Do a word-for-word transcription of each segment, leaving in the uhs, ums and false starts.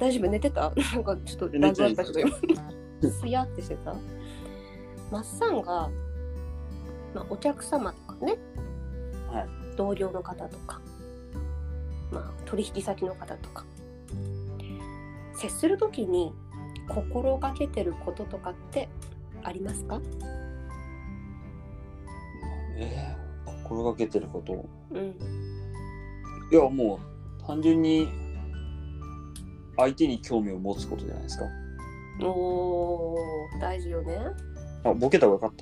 大丈夫？寝てた？なんかちょっとラグあったけど今すやってしてた。マッサンが、まあ、お客様とかね、 はい、 同僚の方とか、まあ、取引先の方とか接するときに心がけてることとかってありますか？ えー、心がけてること、 うん、 いやもう単純に相手に興味を持つことじゃないですか。 おー、大事よね。 あ、ボケた方がよかった。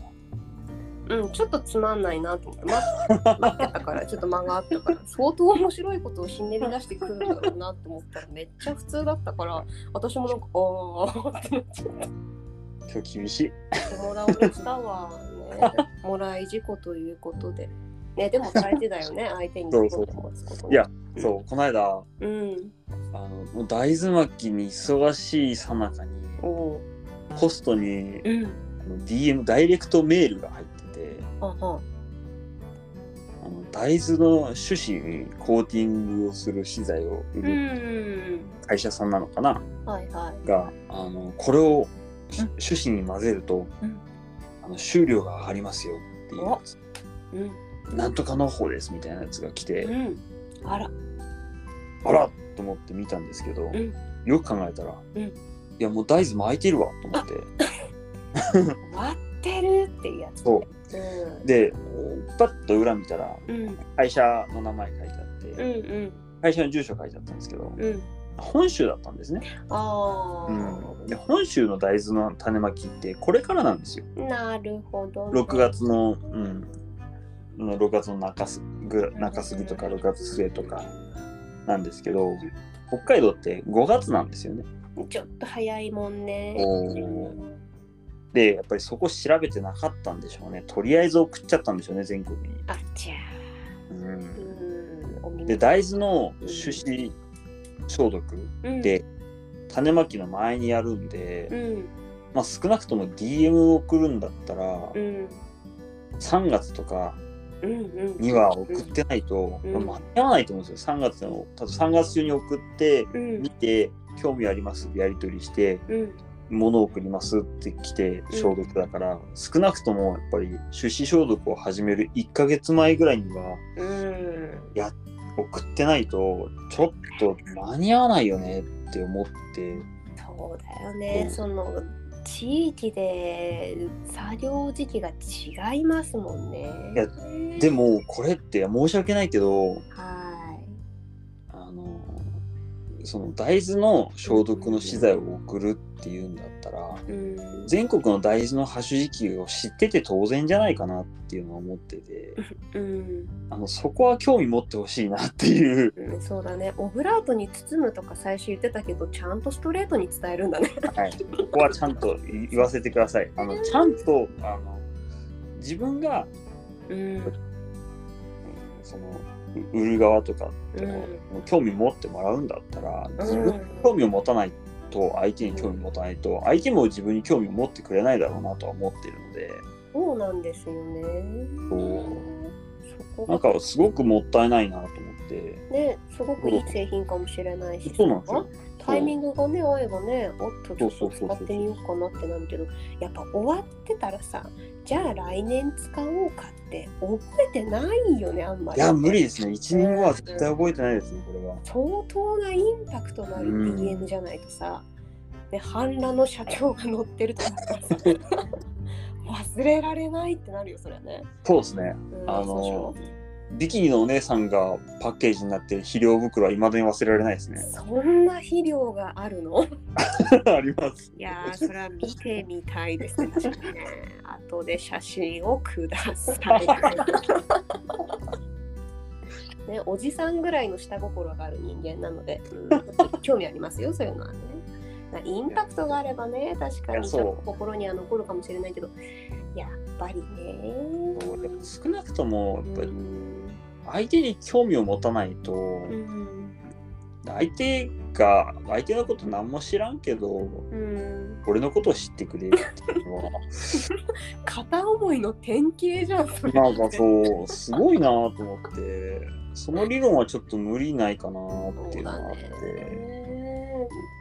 うん、ちょっとつまんないなと思って、ま、待ってたから、ちょっと間があったから、相当面白いことをひねり出してくるんだろうなと思ったら、めっちゃ普通だったから、私もなんか、あーってなっちゃった。 今日厳しい。 もらおうとしたわね。もらい事故ということで。ね、でも大事だよね、相手に興味を持つこと。 いや、そう、この間、 うん、 あのもう大豆巻きに忙しいさなかに、 おポストに、 うん、 あの ディーエム ダイレクトメールが入ってて、 ははあの大豆の種子にコーティングをする資材を売うるん、 会社さんなのかな、 はいはい。 があのこれを種子に混ぜると、 うん、 あの収量が上がりますよっていうやつ、 うん、 なんとかの方ですみたいなやつが来て、 うん、あら、 あらと思って見たんですけど、 うん、 よく考えたら、 うん、 いやもう大豆巻いてるわと思って割ってるっていうやつ。 そう、 うん、 でパッと裏見たら、 うん、 会社の名前書いてあって、 うん、うん、 会社の住所書いてあったんですけど、 うん、 本州だったんですね。 ああ、 うん、で本州の大豆の種まきってこれからなんですよ。 なるほど、ね。 ろくがつの、うん、ろくがつの中すぐ中過ぎとかろくがつ末とかなんですけど、北海道ってごがつなんですよね。 ちょっと早いもんね。 で、やっぱりそこ調べてなかったんでしょうね。とりあえず送っちゃったんでしょうね、全国に。 あっちゃー。うん、 うん、 で、大豆の種子消毒で、うん、種まきの前にやるんで、うん、まあ、少なくとも ディーエム を送るんだったら、うん、さんがつとかには送ってないと、うんうん、まあ、間に合わないと思うんですよ。さんがつの、たださんがつ中に送って、うん、見て、興味ありますってやり取りして、うん、物を送りますって来て消毒だから、うん、少なくともやっぱり手指消毒を始めるいっかげつまえぐらいには、うん、や送ってないとちょっと間に合わないよねって思って。 そうだよね、うん、その地域で作業時期が違いますもんね。 いやでもこれって申し訳ないけど、はい、あのその大豆の消毒の資材を送るっていうんだったら、うん、全国の大豆の播種時期を知ってて当然じゃないかなっていうのを思ってて、うん、あのそこは興味持ってほしいなっていう、 うん、そうだね。オブラートに包むとか最初言ってたけど、ちゃんとストレートに伝えるんだね。 はい、ここはちゃんと言わせてください。あのちゃんとあの自分が、うん、その売る側とかっての、うん、興味持ってもらうんだったら、自分に興味を持たないと相手に興味を持たないと、相手も自分に興味を持ってくれないだろうなとは思っているので。 そうなんですよね。 そうなんかすごくもったいないなと思ってね、すごくいい製品かもしれないし、 そうなんですよ。 タイミングがね合えばね、おっとちょっと使ってみようかなってなるけど、やっぱ終わってたらさ、じゃあ来年使おうかって覚えてないよね、あんまり、ね。 いや無理ですね。いちねんごは絶対覚えてないですね、これは。 相当なインパクトのある ディーエム じゃないとさ、ね、半裸の社長が乗ってるとかさ忘れられないってなるよ、それね。 そうですね。うん、あのビキニのお姉さんがパッケージになってる肥料袋は未だに忘れられないですね。 そんな肥料があるの？ あります。 いやー、それは見てみたいですね。確かにね。後で写真をください。ね、おじさんぐらいの下心がある人間なので、うん、興味ありますよ、そういうのはね。インパクトがあればね、確かにちょっと心には残るかもしれないけど、やっぱりね。 少なくともやっぱり相手に興味を持たないと、うん、相手が相手のこと何も知らんけど、うん、俺のことを知ってくれるっていうのは片思いの典型じゃん。それなんかそうすごいなと思って、その理論はちょっと無理ないかなっていうのがあって。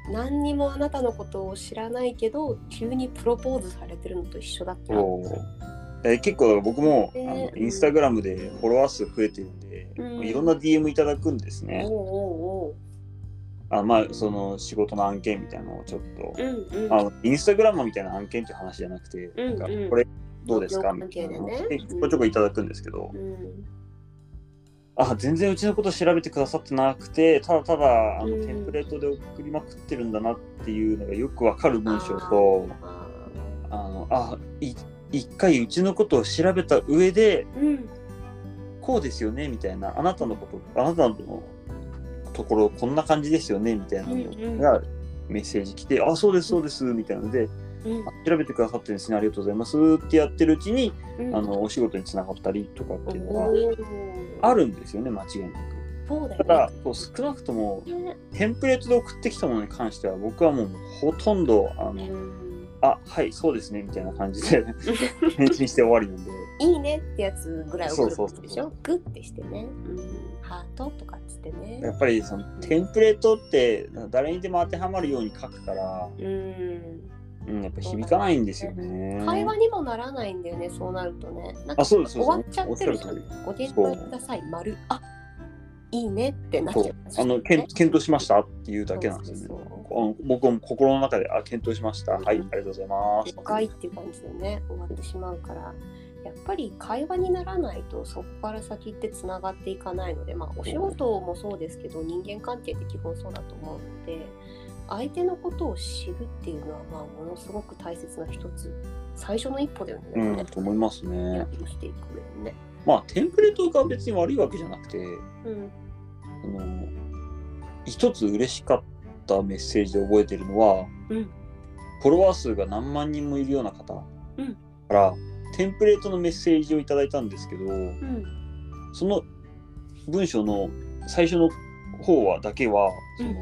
何にもあなたのことを知らないけど急にプロポーズされてるのと一緒だったら。 え結構僕も、えー、あのインスタグラムでフォロワー数増えてるんで、うん、いろんな ディーエム いただくんですね。おうおうおうあまあその仕事の案件みたいなのをちょっと、うんうん、あのインスタグラムみたいな案件っていう話じゃなくて、うんうん、なんかこれどうですかみたいなのをちょこちょこいただくんですけど、うん、あ全然うちのこと調べてくださってなくてただただあの、うん、テンプレートで送りまくってるんだなっていうのがよくわかる文章とあのあい一回うちのことを調べた上で、うん、こうですよねみたいなあなたのことあなたのところこんな感じですよねみたいなのがメッセージ来て、うんうん、あそうですそうですみたいなので、うん、調べてくださってるんですねありがとうございますってやってるうちに、うん、あのお仕事につながったりとかっていうのはあるんですよね間違いなく。 そうだよね、 ただそう少なくとも、ね、テンプレートで送ってきたものに関しては僕はもうほとんどあの、うんあはいそうですねみたいな感じで返信して終わりなんでいいねってやつぐらい送ることでしょ。グッてしてね、うん、ハートとかっつってね。 やっぱりそのテンプレートって誰にでも当てはまるように書くからうん、うん、やっぱ響かないんですよね。 会話にもならないんだよねそうなるとね。なんか終わっちゃってるじゃん。ご検討ください丸あいいねってなっちゃう、ね、 あの検討しましたっていうだけなんですよね。そうそうそう僕も心の中であ検討しました、うん、はいありがとうございます了解っていう感じでね終わってしまうからやっぱり会話にならないとそこから先ってつながっていかないのでまあお仕事もそうですけど人間関係って基本そうだと思うので相手のことを知るっていうのはまあものすごく大切な一つ最初の一歩だよね。 うんと思いますね。 やってしていく上でね。 まあテンプレートが別に悪いわけじゃなくて、うん、あの一つ嬉しかったメッセージで覚えてるのは、うん、フォロワー数が何万人もいるような方から、うん、テンプレートのメッセージをいただいたんですけど、うん、その文章の最初の方はだけはその、うん、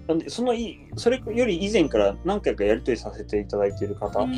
なんでそのいそれより以前から何回かやり取りさせていただいている方、うん、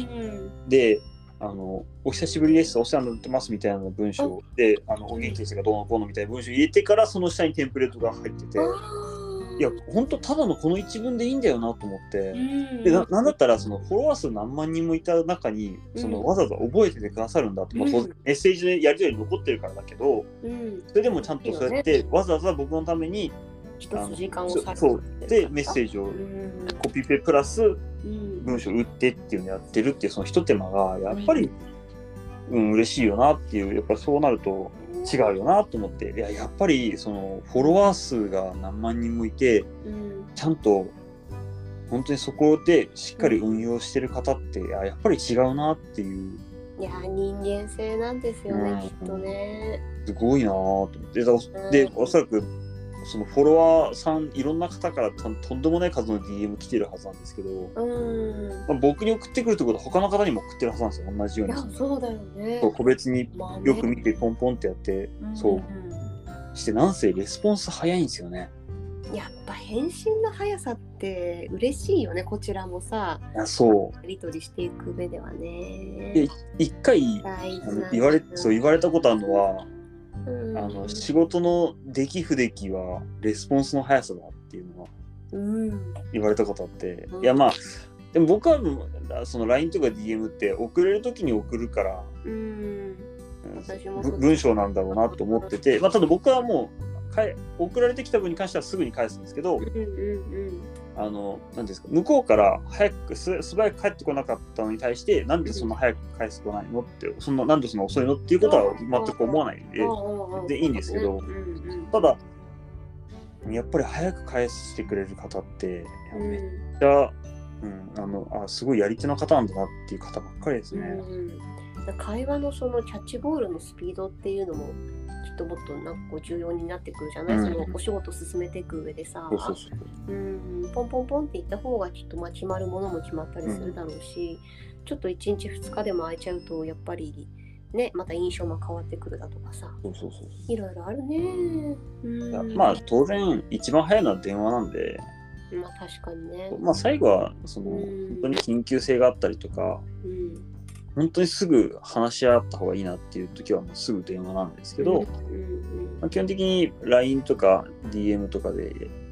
であのお久しぶりですお世話になってますみたいな文章であのお元気ですがどうのこうのみたいな文章を入れてからその下にテンプレートが入ってていや本当ただのこの一文でいいんだよなと思って、うん、で な, なんだったらそのフォロワー数何万人もいた中にそのわざわざ覚えててくださるんだと、うんまあ、当然メッセージでやり取り残ってるからだけど、うん、それでもちゃんとそうやってわざわざ僕のために一つ時間を割くそうでメッセージをコピペプラス文章を打ってっていうのをやってるっていうその一手間がやっぱり、うん、嬉しいよなっていうやっぱりそうなると違うよなと思っていややっぱりそのフォロワー数が何万人もいて、うん、ちゃんと本当にそこでしっかり運用してる方ってややっぱり違うなっていういや人間性なんですよね、うん、きっとねすごいなと思ってで、でおそらくそのフォロワーさんいろんな方からとんでもない数の ディーエム 来てるはずなんですけど、うんまあ、僕に送ってくるってことは他の方にも送ってるはずなんですよ同じように。 いやそうだよね。 そう個別によく見てポンポンってやって、まあね、そうしてなんせレスポンス早いんですよね。 やっぱ返信の速さって嬉しいよねこちらもさ。 いやそうやり取りしていく上ではね。 で一回言われそう言われたことあるのはあの仕事の出来不出来はレスポンスの速さだっていうのは言われたことあって、うん、いやまあでも僕はその ライン とか ディーエム って送れる時に送るから、うん、文章なんだろうなと思ってて、まあ、ただ僕はもうかえ送られてきた分に関してはすぐに返すんですけど、うんうんうんあのなんですか向こうから早くす素早く帰ってこなかったのに対してなんでそんな早く返してこないのってそんななんでそんな遅いのっていうことは全く思わないんででいいんですけどただやっぱり早く返してくれる方ってめっちゃ、うん、あのあすごいやり手の方なんだなっていう方ばっかりですね。 うん、会話のそのキャッチボールのスピードっていうのもきっともっとなんかこう重要になってくるじゃない、うん、そのお仕事進めていく上でさそうそうそううんポンポンポンっていった方がきっとまあ決まるものも決まったりするだろうし、うん、ちょっといちにちふつかでも空いちゃうとやっぱりねまた印象も変わってくるだとかさそうそうそういろいろあるね。 うんまあ当然一番早いのは電話なんでまあ確かにねまあ最後はその本当に緊急性があったりとか、うん本当にすぐ話し合った方がいいなっていう時はもうすぐ電話なんですけど、うんうんまあ、基本的に ライン とか ディーエム とかで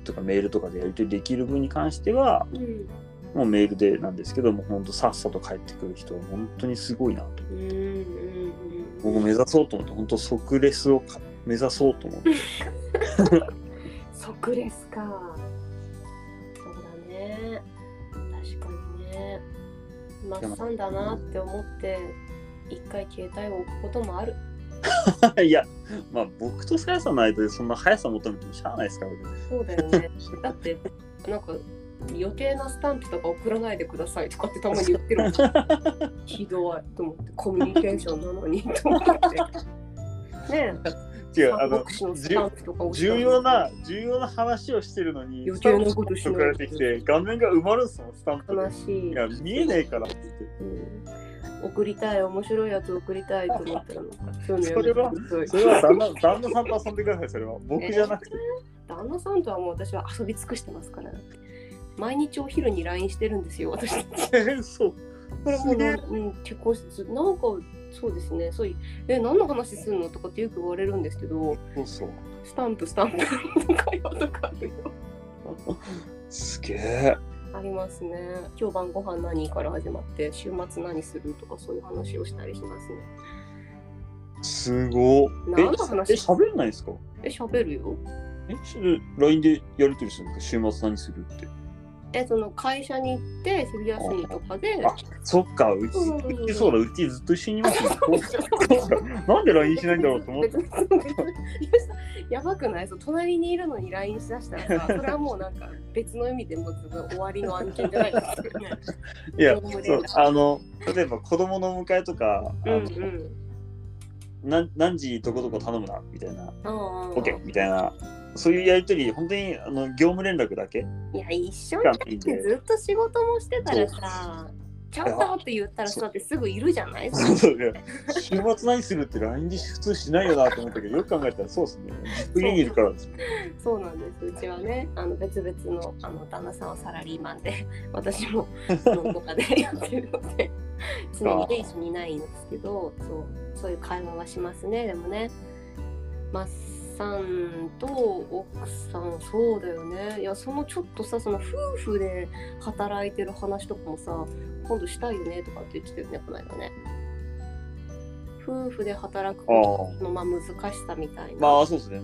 とかメールとかでやり取りできる分に関しては、うん、もうメールでなんですけども、本当さっさと帰ってくる人は本当にすごいなと。うんうんうん、僕目指そうと思って、本当即レスを目指そうと思って。 即レスか。そうだね。確かにね。マッサンだなって思って一回携帯を置くこともある。 いや、まあ僕とさやさんの間でそんな速さ求めてもしゃあないですからね。 そうだよね。だってなんか余計なスタンプとか送らないでくださいとかってたまに言ってるもん。ひどいと思って、コミュニケーションなのにと思って。ねえ。違う、あの重要な重要な話をしてるのに余計なことしないてきて画面が埋まるんすもん、スタンプ。 悲しい。 いや見えねえからって言って。 うん、送りたい、面白いやつ送りたいと思ったらそれはそれは旦那旦那さんと遊んでください。それは僕じゃなくて、 えー、旦那さんとはもう私は遊び尽くしてますから。毎日お昼に ライン してるんですよ、私。 そう。 これもうな、うん、結婚してなんかそうですね、そういうえ何の話するのとかってよく言われるんですけど、 そうそう、 スタンプスタンプとかよとかあるよ。 すげえ。 ありますね。今日晩ご飯何から始まって週末何するとかそういう話をしたりしますね。 すごい。 何の話？ え、喋んないですか？ え、喋るよ。 え、ライン でやり取りするんですか？週末何するって。 え、その会社に行って昼休みとかで。 あ、そっか、うち、うちそうだ、うちずっと一緒にいますね。なんで ライン しないんだろうと思って。 やばくない？そう、隣にいるのに ライン しだしたらさ、それはもうなんか別の意味でも終わりの案件じゃないですかね。 いや、そう、あの、例えば子供の迎えとか、あの、うんうん、何, 何時どこどこ頼むなみたいな、OK みたいな。そういうやりとり、本当にあの業務連絡だけ。 いや、一緒にずっと仕事もしてたらさ、ちゃんとって言ったらさってすぐいるじゃない？ そうそうね。週末何するって ライン で普通しないよなと思ったけど、よく考えたらそうですね。ずっと家にいるからです。 そうなんです。うちはね、あの別々のあの旦那さんはサラリーマンで、私ものとかでやってるので、常にね一緒にいないんですけど、そうそういう会話はしますね。でもね、まあ。さんと奥さん、そうだよね。いや、そのちょっとさ、その夫婦で働いてる話とかもさ、今度したいよねとかって言ってたよね、この間ね。夫婦で働くことのまあ難しさみたいな。 まあそうですね。うん、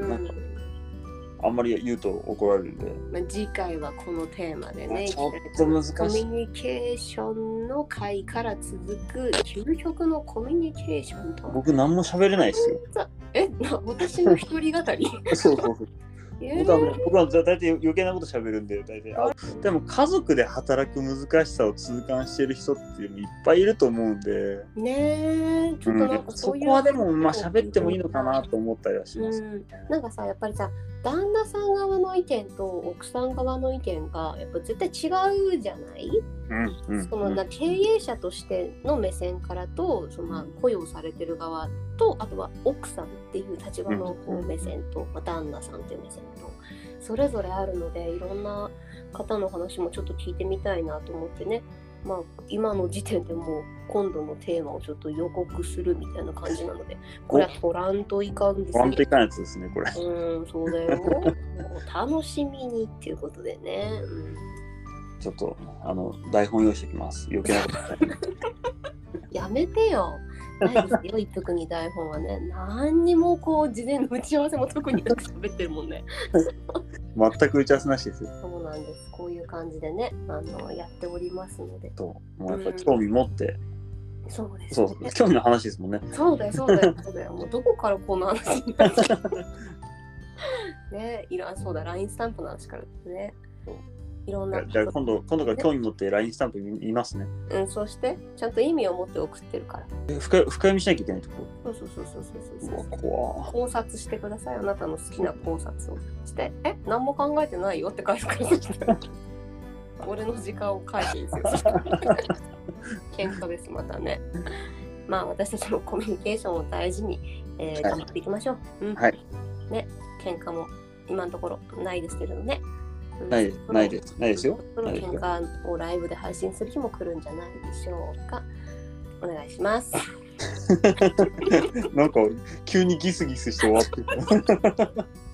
なんかあんまり言うと怒られるんで。 まあ、次回はこのテーマでね、 ちょっと難しい。 コミュニケーションの回から続く究極のコミュニケーションと。 僕何も喋れないですよ。 え、私の一人語りそうそうそう。えー、僕は僕は大体余計なこと喋るんで、大体あでも家族で働く難しさを痛感してる人っていうのいっぱいいると思うんで、 ねえ、ちょっとなんかそういう、うん、そこはでもまあ喋ってもいいのかなと思ったりはします、 うん、なんかさ、やっぱりさ、旦那さん側の意見と奥さん側の意見がやっぱ絶対違うじゃない？うんうん、そのな経営者としての目線からと、そのまあ雇用されてる側と、あとは奥さんっていう立場の目線と、まあ、旦那さんっていう目線とそれぞれあるので、いろんな方の話もちょっと聞いてみたいなと思ってね。まあ今の時点でもう今度のテーマをちょっと予告するみたいな感じなので、これは取らんといかんですね。 取らんといかんやつですね、これ。 うん、そうだよ。もう楽しみにっていうことでね。うん、 ちょっとあの台本用意してきます。余計なことやめてよ。ないですよ、一服に台本はね。何にもこう事前の打ち合わせも特になく喋ってるもんね。 全く打ち合わせなしですよ。 そうなんです。こういう感じでね、あのやっておりますので。 そう、もうやっぱ興味持って。 うん、そうです、 ね。そう、興味の話ですもんね。 そうだよ、そうだよ、そうだよ。もうどこからこの話になっちゃうね、いろそうだ、ライン スタンプの話からですね。いろんな。 じゃあ今度、今度から興味持って ライン スタンプ見ますね。 うん、そしてちゃんと意味を持って送ってるから。 え、深深読みしなきゃいけないってこと？そうそうそうそうそうそう。 怖考察してください。あなたの好きな考察をして、え、何も考えてないよって返すから俺の時間を返すんですよ。喧嘩です、またね。まあ私たちもコミュニケーションを大事に、えー、頑張っていきましょう。うん、はい。ね、喧嘩も今のところないですけれどね。 ないないですないですよ。 その喧嘩をライブで配信する日も来るんじゃないでしょうか。お願いします。 なんか急にギスギスして終わってる。